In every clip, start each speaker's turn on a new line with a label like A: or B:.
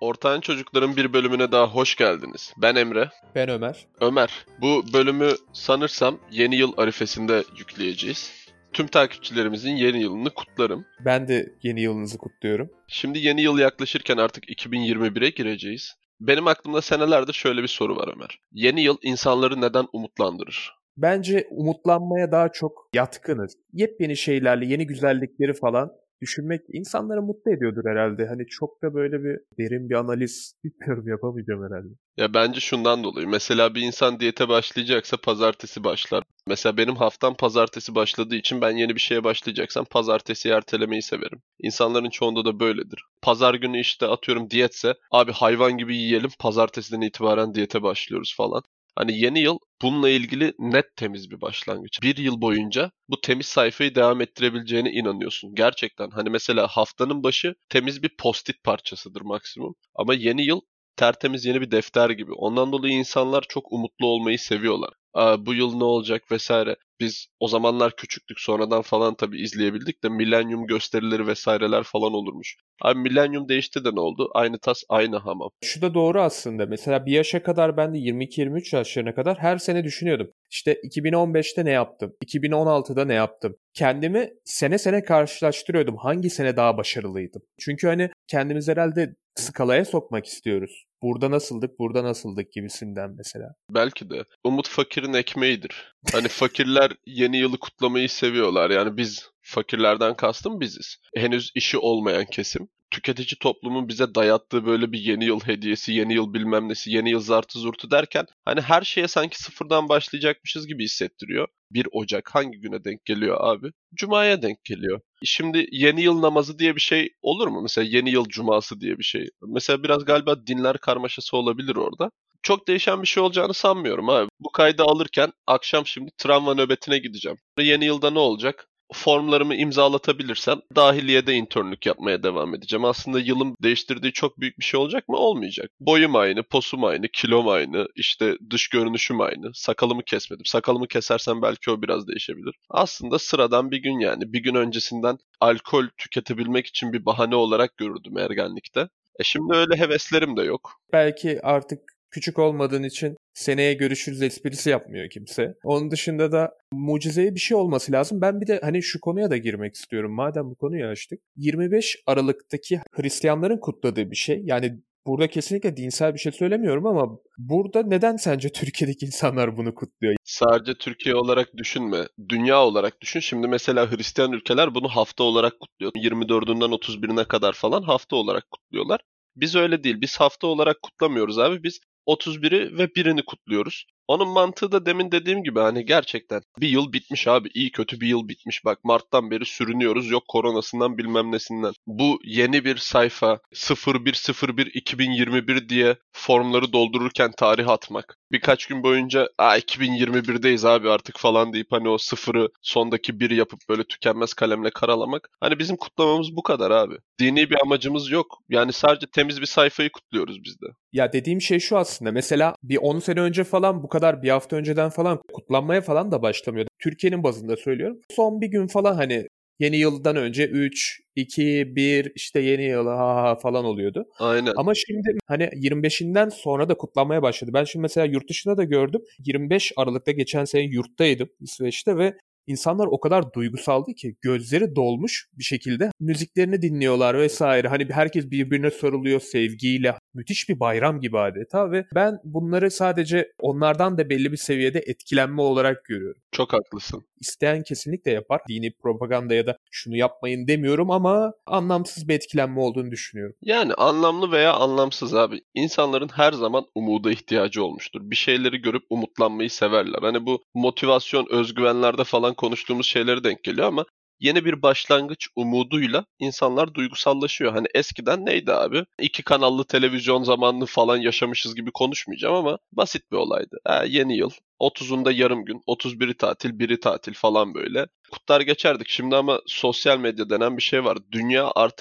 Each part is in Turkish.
A: Ortağın Çocukların bir bölümüne daha hoş geldiniz. Ben Emre.
B: Ben Ömer.
A: Ömer, bu bölümü sanırsam yeni yıl arifesinde yükleyeceğiz. Tüm takipçilerimizin yeni yılını kutlarım.
B: Ben de yeni yılınızı kutluyorum.
A: Şimdi yeni yıl yaklaşırken artık 2021'e gireceğiz. Benim aklımda senelerdir şöyle bir soru var Ömer. Yeni yıl insanları neden umutlandırır?
B: Bence umutlanmaya daha çok yatkınız. Yepyeni şeylerle, yeni güzellikleri falan düşünmek insanları mutlu ediyordur herhalde. Hani çok da böyle bir derin bir analiz bilmiyorum yapamayacağım herhalde.
A: Ya bence şundan dolayı. Mesela bir insan diyete başlayacaksa pazartesi başlar. Mesela benim haftam pazartesi başladığı için ben yeni bir şeye başlayacaksam pazartesiyi ertelemeyi severim. İnsanların çoğunda da böyledir. Pazar günü işte atıyorum diyetse abi hayvan gibi yiyelim pazartesiden itibaren diyete başlıyoruz falan. Hani yeni yıl bununla ilgili net temiz bir başlangıç. Bir yıl boyunca bu temiz sayfayı devam ettirebileceğine inanıyorsun. Gerçekten hani mesela haftanın başı temiz bir post-it parçasıdır maksimum. Ama yeni yıl tertemiz yeni bir defter gibi. Ondan dolayı insanlar çok umutlu olmayı seviyorlar. Bu yıl ne olacak vesaire. Biz o zamanlar küçüktük sonradan falan tabii izleyebildik de milenyum gösterileri vesaireler falan olurmuş. Abi milenyum değişti de ne oldu? Aynı tas aynı hamam.
B: Şu da doğru aslında. Mesela bir yaşa kadar ben de 22-23 yaşlarına kadar her sene düşünüyordum. İşte 2015'te ne yaptım? 2016'da ne yaptım? Kendimi sene sene karşılaştırıyordum. Hangi sene daha başarılıydım? Çünkü hani kendimizi herhalde skalaya sokmak istiyoruz. Burada nasıldık, burada nasıldık gibisinden mesela.
A: Belki de. Umut fakirin ekmeğidir. Hani fakirler yeni yılı kutlamayı seviyorlar. Yani biz fakirlerden kastım biziz. Henüz işi olmayan kesim. Tüketici toplumun bize dayattığı böyle bir yeni yıl hediyesi, yeni yıl bilmem nesi, yeni yıl zartı zurtu derken hani her şeye sanki sıfırdan başlayacakmışız gibi hissettiriyor. 1 Ocak hangi güne denk geliyor abi? Cuma'ya denk geliyor. Şimdi yeni yıl namazı diye bir şey olur mu? Mesela yeni yıl cuması diye bir şey. Mesela biraz galiba dinler karmaşası olabilir orada. Çok değişen bir şey olacağını sanmıyorum abi. Bu kaydı alırken akşam şimdi tramva nöbetine gideceğim. Yeni yılda ne olacak? Formlarımı imzalatabilirsem dahiliyede internlük yapmaya devam edeceğim. Aslında yılın değiştirdiği çok büyük bir şey olacak mı? Olmayacak. Boyum aynı, posum aynı, kilom aynı, işte dış görünüşüm aynı. Sakalımı kesmedim. Sakalımı kesersem belki o biraz değişebilir. Aslında sıradan bir gün yani. Bir gün öncesinden alkol tüketebilmek için bir bahane olarak görürdüm ergenlikte. Şimdi öyle heveslerim de yok.
B: Belki artık küçük olmadığın için seneye görüşürüz esprisi yapmıyor kimse. Onun dışında da mucizeye bir şey olması lazım. Ben bir de hani şu konuya da girmek istiyorum. Madem bu konuyu açtık. 25 Aralık'taki Hristiyanların kutladığı bir şey. Yani burada kesinlikle dinsel bir şey söylemiyorum ama burada neden sence Türkiye'deki insanlar bunu kutluyor?
A: Sadece Türkiye olarak düşünme, dünya olarak düşün. Şimdi mesela Hristiyan ülkeler bunu hafta olarak kutluyor. 24'ünden 31'ine kadar falan hafta olarak kutluyorlar. Biz öyle değil. Biz hafta olarak kutlamıyoruz abi. Biz 31'i ve 1'ini kutluyoruz. Onun mantığı da demin dediğim gibi hani gerçekten bir yıl bitmiş abi. İyi kötü bir yıl bitmiş. Bak Mart'tan beri sürünüyoruz. Yok koronasından bilmem nesinden. Bu yeni bir sayfa 01.01.2021 diye formları doldururken tarih atmak. Birkaç gün boyunca 2021'deyiz abi artık falan deyip hani o sıfırı sondaki bir yapıp böyle tükenmez kalemle karalamak. Hani bizim kutlamamız bu kadar abi. Dini bir amacımız yok. Yani sadece temiz bir sayfayı kutluyoruz biz de.
B: Ya dediğim şey şu aslında. Mesela bir 10 sene önce falan bu kadar bir hafta önceden falan kutlanmaya falan da başlamıyordu. Türkiye'nin bazında söylüyorum. Son bir gün falan hani yeni yıldan önce 3, 2, 1 işte yeni yıl ha ha falan oluyordu.
A: Aynen.
B: Ama şimdi hani 25'inden sonra da kutlanmaya başladı. Ben şimdi mesela yurt dışında da gördüm. 25 Aralık'ta geçen sene yurttaydım İsveç'te ve İnsanlar o kadar duygusaldı ki gözleri dolmuş bir şekilde müziklerini dinliyorlar vesaire. Hani herkes birbirine sarılıyor sevgiyle. Müthiş bir bayram gibi adeta ve ben bunları sadece onlardan da belli bir seviyede etkilenme olarak görüyorum.
A: Çok haklısın.
B: İsteyen kesinlikle yapar. Dini propaganda ya da şunu yapmayın demiyorum ama anlamsız bir etkilenme olduğunu düşünüyorum.
A: Yani anlamlı veya anlamsız abi. İnsanların her zaman umuda ihtiyacı olmuştur. Bir şeyleri görüp umutlanmayı severler. Hani bu motivasyon, özgüvenlerde falan konuştuğumuz şeylere denk geliyor ama yeni bir başlangıç umuduyla insanlar duygusallaşıyor. Hani eskiden neydi abi? 2 kanallı televizyon zamanını falan yaşamışız gibi konuşmayacağım ama basit bir olaydı. Yeni yıl. 30'unda yarım gün, 31'i tatil, 1'i tatil falan böyle. Kutlar geçerdik. Şimdi ama sosyal medya denen bir şey var. Dünya artık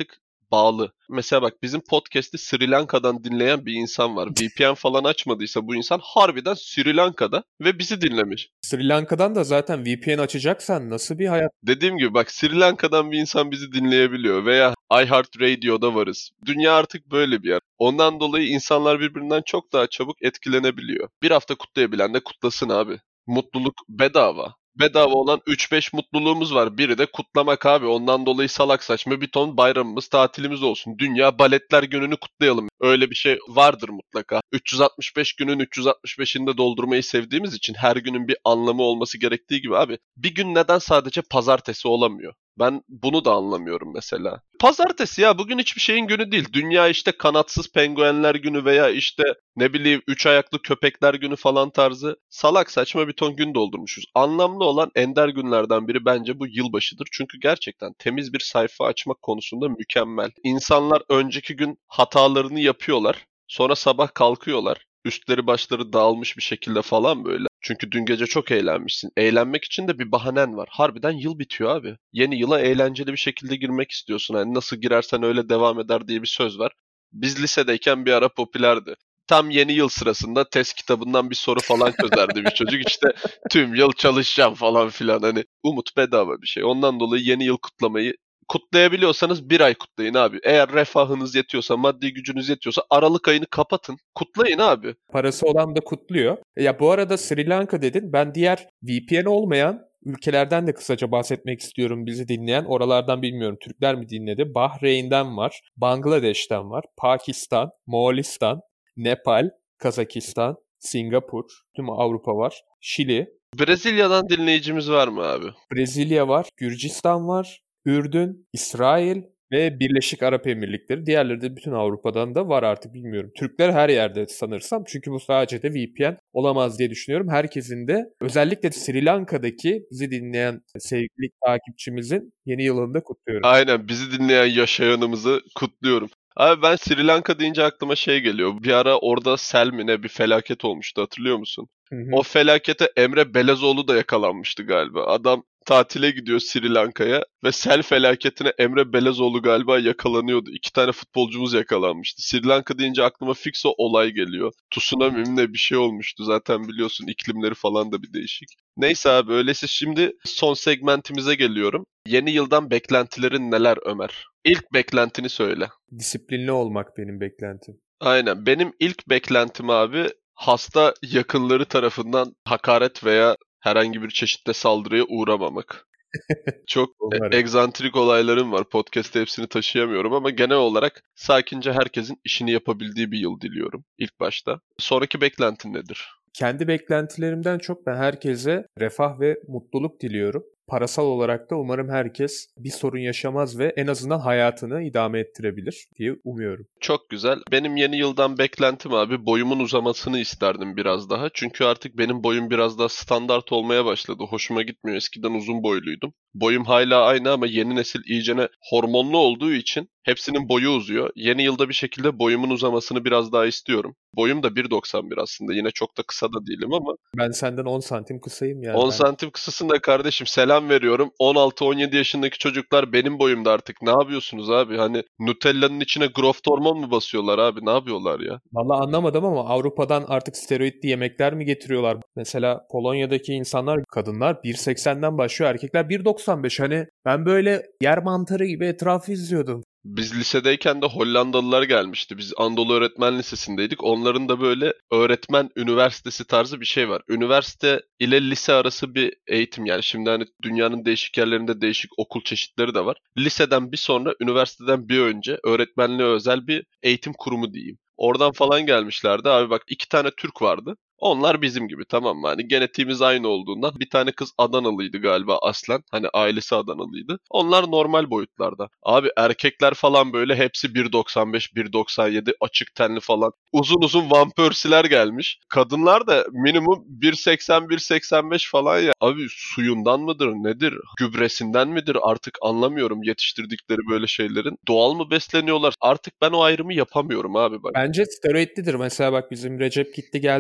A: bağlı. Mesela bak bizim podcast'i Sri Lanka'dan dinleyen bir insan var. VPN falan açmadıysa bu insan harbiden Sri Lanka'da ve bizi dinlemiş.
B: Sri Lanka'dan da zaten VPN açacaksan nasıl bir hayat?
A: Dediğim gibi bak Sri Lanka'dan bir insan bizi dinleyebiliyor veya iHeartRadio'da varız. Dünya artık böyle bir yer. Ondan dolayı insanlar birbirinden çok daha çabuk etkilenebiliyor. Bir hafta kutlayabilen de kutlasın abi. Mutluluk bedava. Bedava olan 3-5 mutluluğumuz var. Biri de kutlamak abi. Ondan dolayı salak saçma bir ton bayramımız, tatilimiz olsun. Dünya Baletler Günü'nü kutlayalım. Öyle bir şey vardır mutlaka. 365 günün 365'ini de doldurmayı sevdiğimiz için her günün bir anlamı olması gerektiği gibi abi. Bir gün neden sadece pazartesi olamıyor? Ben bunu da anlamıyorum mesela. Pazartesi ya bugün hiçbir şeyin günü değil. Dünya işte kanatsız penguenler günü veya işte ne bileyim 3 ayaklı köpekler günü falan tarzı salak saçma bir ton gün doldurmuşuz. Anlamlı olan ender günlerden biri bence bu yılbaşıdır. Çünkü gerçekten temiz bir sayfa açmak konusunda mükemmel. İnsanlar önceki gün hatalarını yapıyorlar. Sonra sabah kalkıyorlar. Üstleri başları dağılmış bir şekilde falan böyle. Çünkü dün gece çok eğlenmişsin. Eğlenmek için de bir bahanen var. Harbiden yıl bitiyor abi. Yeni yıla eğlenceli bir şekilde girmek istiyorsun. Hani nasıl girersen öyle devam eder diye bir söz var. Biz lisedeyken bir ara popülerdi. Tam yeni yıl sırasında test kitabından bir soru falan çözerdi bir çocuk. İşte tüm yıl çalışacağım falan filan. Hani umut bedava bir şey. Ondan dolayı yeni yıl kutlamayı kutlayabiliyorsanız bir ay kutlayın abi. Eğer refahınız yetiyorsa, maddi gücünüz yetiyorsa Aralık ayını kapatın. Kutlayın abi.
B: Parası olan da kutluyor. Ya bu arada Sri Lanka dedin. Ben diğer VPN olmayan ülkelerden de kısaca bahsetmek istiyorum bizi dinleyen. Oralardan bilmiyorum Türkler mi dinledi? Bahreyn'den var, Bangladeş'ten var, Pakistan, Moğolistan, Nepal, Kazakistan, Singapur, tüm Avrupa var, Şili,
A: Brezilya'dan dinleyicimiz var mı abi?
B: Brezilya var, Gürcistan var, Ürdün, İsrail ve Birleşik Arap Emirlikleri. Diğerleri de bütün Avrupa'dan da var artık bilmiyorum. Türkler her yerde sanırsam. Çünkü bu sadece de VPN olamaz diye düşünüyorum. Herkesin de özellikle Sri Lanka'daki bizi dinleyen sevgili takipçimizin yeni yılını da kutluyorum.
A: Aynen bizi dinleyen yaşayanımızı kutluyorum. Abi ben Sri Lanka deyince aklıma şey geliyor. Bir ara orada sel mi ne bir felaket olmuştu hatırlıyor musun?
B: Hı hı.
A: O felakete Emre Belezoğlu da yakalanmıştı galiba. Adam tatile gidiyor Sri Lanka'ya ve sel felaketine Emre Belezoğlu galiba yakalanıyordu. 2 tane futbolcumuz yakalanmıştı. Sri Lanka deyince aklıma fix o olay geliyor. Tsunami mi ne bir şey olmuştu. Zaten biliyorsun iklimleri falan da bir değişik. Neyse abi öyleyse şimdi son segmentimize geliyorum. Yeni yıldan beklentilerin neler Ömer? İlk beklentini söyle.
B: Disiplinli olmak benim beklentim.
A: Aynen. Benim ilk beklentim abi hasta yakınları tarafından hakaret veya herhangi bir çeşitte saldırıya uğramamak. Çok
B: Umarım.
A: egzantrik olaylarım var. Podcast'te hepsini taşıyamıyorum ama genel olarak sakince herkesin işini yapabildiği bir yıl diliyorum ilk başta. Sonraki beklentin nedir?
B: Kendi beklentilerimden çok ben herkese refah ve mutluluk diliyorum. Parasal olarak da umarım herkes bir sorun yaşamaz ve en azından hayatını idame ettirebilir diye umuyorum.
A: Çok güzel. Benim yeni yıldan beklentim abi boyumun uzamasını isterdim biraz daha. Çünkü artık benim boyum biraz daha standart olmaya başladı. Hoşuma gitmiyor. Eskiden uzun boyluydum. Boyum hala aynı ama yeni nesil iyicene hormonlu olduğu için hepsinin boyu uzuyor. Yeni yılda bir şekilde boyumun uzamasını biraz daha istiyorum. Boyum da 1,91 aslında. Yine çok da kısa da değilim ama
B: Ben senden 10 santim kısayım yani.
A: 10 santim kısasın da kardeşim selam veriyorum. 16-17 yaşındaki çocuklar benim boyumda artık. Ne yapıyorsunuz abi? Hani Nutella'nın içine growth hormon mu basıyorlar abi? Ne yapıyorlar ya?
B: Vallahi anlamadım ama Avrupa'dan artık steroidli yemekler mi getiriyorlar? Mesela Polonya'daki insanlar, kadınlar 1.80'den başlıyor, erkekler 1.95. Hani ben böyle yer mantarı gibi etrafı izliyordum.
A: Biz lisedeyken de Hollandalılar gelmişti. Biz Anadolu Öğretmen Lisesi'ndeydik. Onların da böyle öğretmen üniversitesi tarzı bir şey var. Üniversite ile lise arası bir eğitim yani. Şimdi hani dünyanın değişik yerlerinde değişik okul çeşitleri de var. Liseden bir sonra, üniversiteden bir önce öğretmenliğe özel bir eğitim kurumu diyeyim. Oradan falan gelmişlerdi. Abi bak 2 tane Türk vardı. Onlar bizim gibi tamam mı? Hani genetiğimiz aynı olduğundan bir tane kız Adanalıydı galiba aslen. Hani ailesi Adanalıydı. Onlar normal boyutlarda. Abi erkekler falan böyle hepsi 1,95, 1,97 açık tenli falan. Uzun uzun Van Persie'ler gelmiş. Kadınlar da minimum 1,80, 1,85 falan ya. Abi suyundan mıdır nedir? Gübresinden midir? Artık anlamıyorum yetiştirdikleri böyle şeylerin. Doğal mı besleniyorlar? Artık ben o ayrımı yapamıyorum abi bak.
B: Bence steroidlidir. Mesela bak bizim Recep gitti geldi, boyu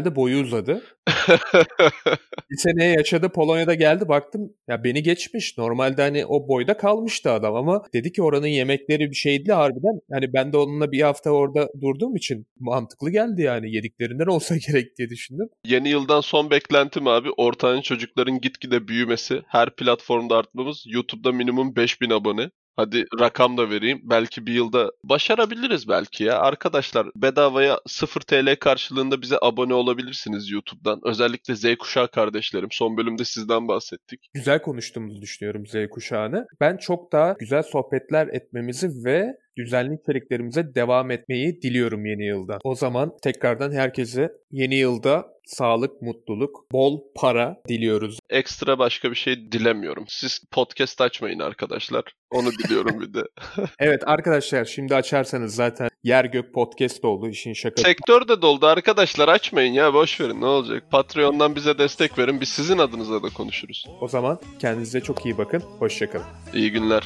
B: uzadı. Bir seneye yaşadı, Polonya'da geldi, baktım ya beni geçmiş. Normalde hani o boyda kalmıştı adam ama dedi ki oranın yemekleri bir şeydi harbiden. Yani ben de onunla bir hafta orada durduğum için mantıklı geldi yani. Yediklerinden olsa gerek diye düşündüm.
A: Yeni yıldan son beklentim abi ortanca çocukların gitgide büyümesi, her platformda artmamız, YouTube'da minimum 5000 abone. Hadi rakam da vereyim. Belki bir yılda başarabiliriz belki ya. Arkadaşlar bedavaya 0 TL karşılığında bize abone olabilirsiniz YouTube'dan. Özellikle Z kuşağı kardeşlerim. Son bölümde sizden bahsettik.
B: Güzel konuştuğumuzu düşünüyorum Z kuşağını. Ben çok daha güzel sohbetler etmemizi ve düzenli içeriklerimize devam etmeyi diliyorum yeni yılda. O zaman tekrardan herkese yeni yılda sağlık, mutluluk, bol para diliyoruz.
A: Ekstra başka bir şey dilemiyorum. Siz podcast açmayın arkadaşlar. Onu diliyorum bir de.
B: Evet arkadaşlar, şimdi açarsanız zaten yer gök podcast oldu, işin şakası.
A: Sektör de doldu arkadaşlar, açmayın ya, boş verin, ne olacak. Patreon'dan bize destek verin, biz sizin adınıza da konuşuruz.
B: O zaman kendinize çok iyi bakın. Hoşçakalın.
A: İyi günler.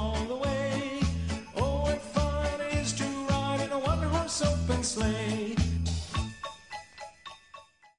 C: Open sleigh.